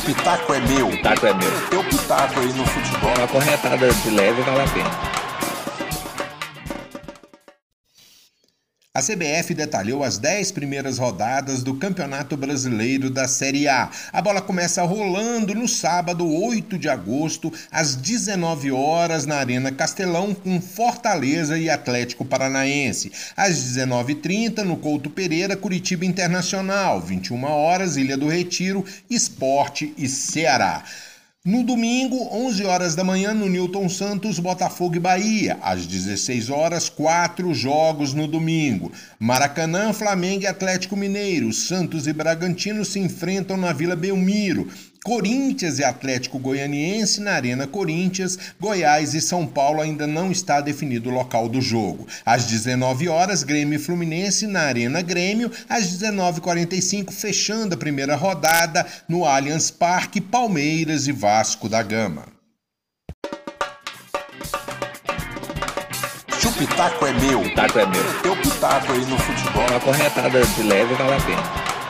Pitaco é meu. Pitaco é meu. Teu pitaco aí no futebol. Uma corretada de leve vale a pena. A CBF detalhou as 10 primeiras rodadas do Campeonato Brasileiro da Série A. A bola começa rolando no sábado, 8 de agosto, às 19 horas, na Arena Castelão, com Fortaleza e Atlético Paranaense. Às 19h30, no Couto Pereira, Curitiba Internacional. 21 horas, Ilha do Retiro, Sport e Ceará. No domingo, 11 horas da manhã, no Newton Santos, Botafogo e Bahia. Às 16 horas, 4 jogos no domingo. Maracanã, Flamengo e Atlético Mineiro. Santos e Bragantino se enfrentam na Vila Belmiro. Corinthians e Atlético Goianiense na Arena Corinthians. Goiás e São Paulo ainda não está definido o local do jogo. Às 19 horas, Grêmio e Fluminense na Arena Grêmio. Às 19h45, fechando a primeira rodada no Allianz Parque, Palmeiras e Vasco da Gama. Se o pitaco é meu. Pitaco é meu. Teu pitaco aí no futebol. Uma corretada de leve vale a pena.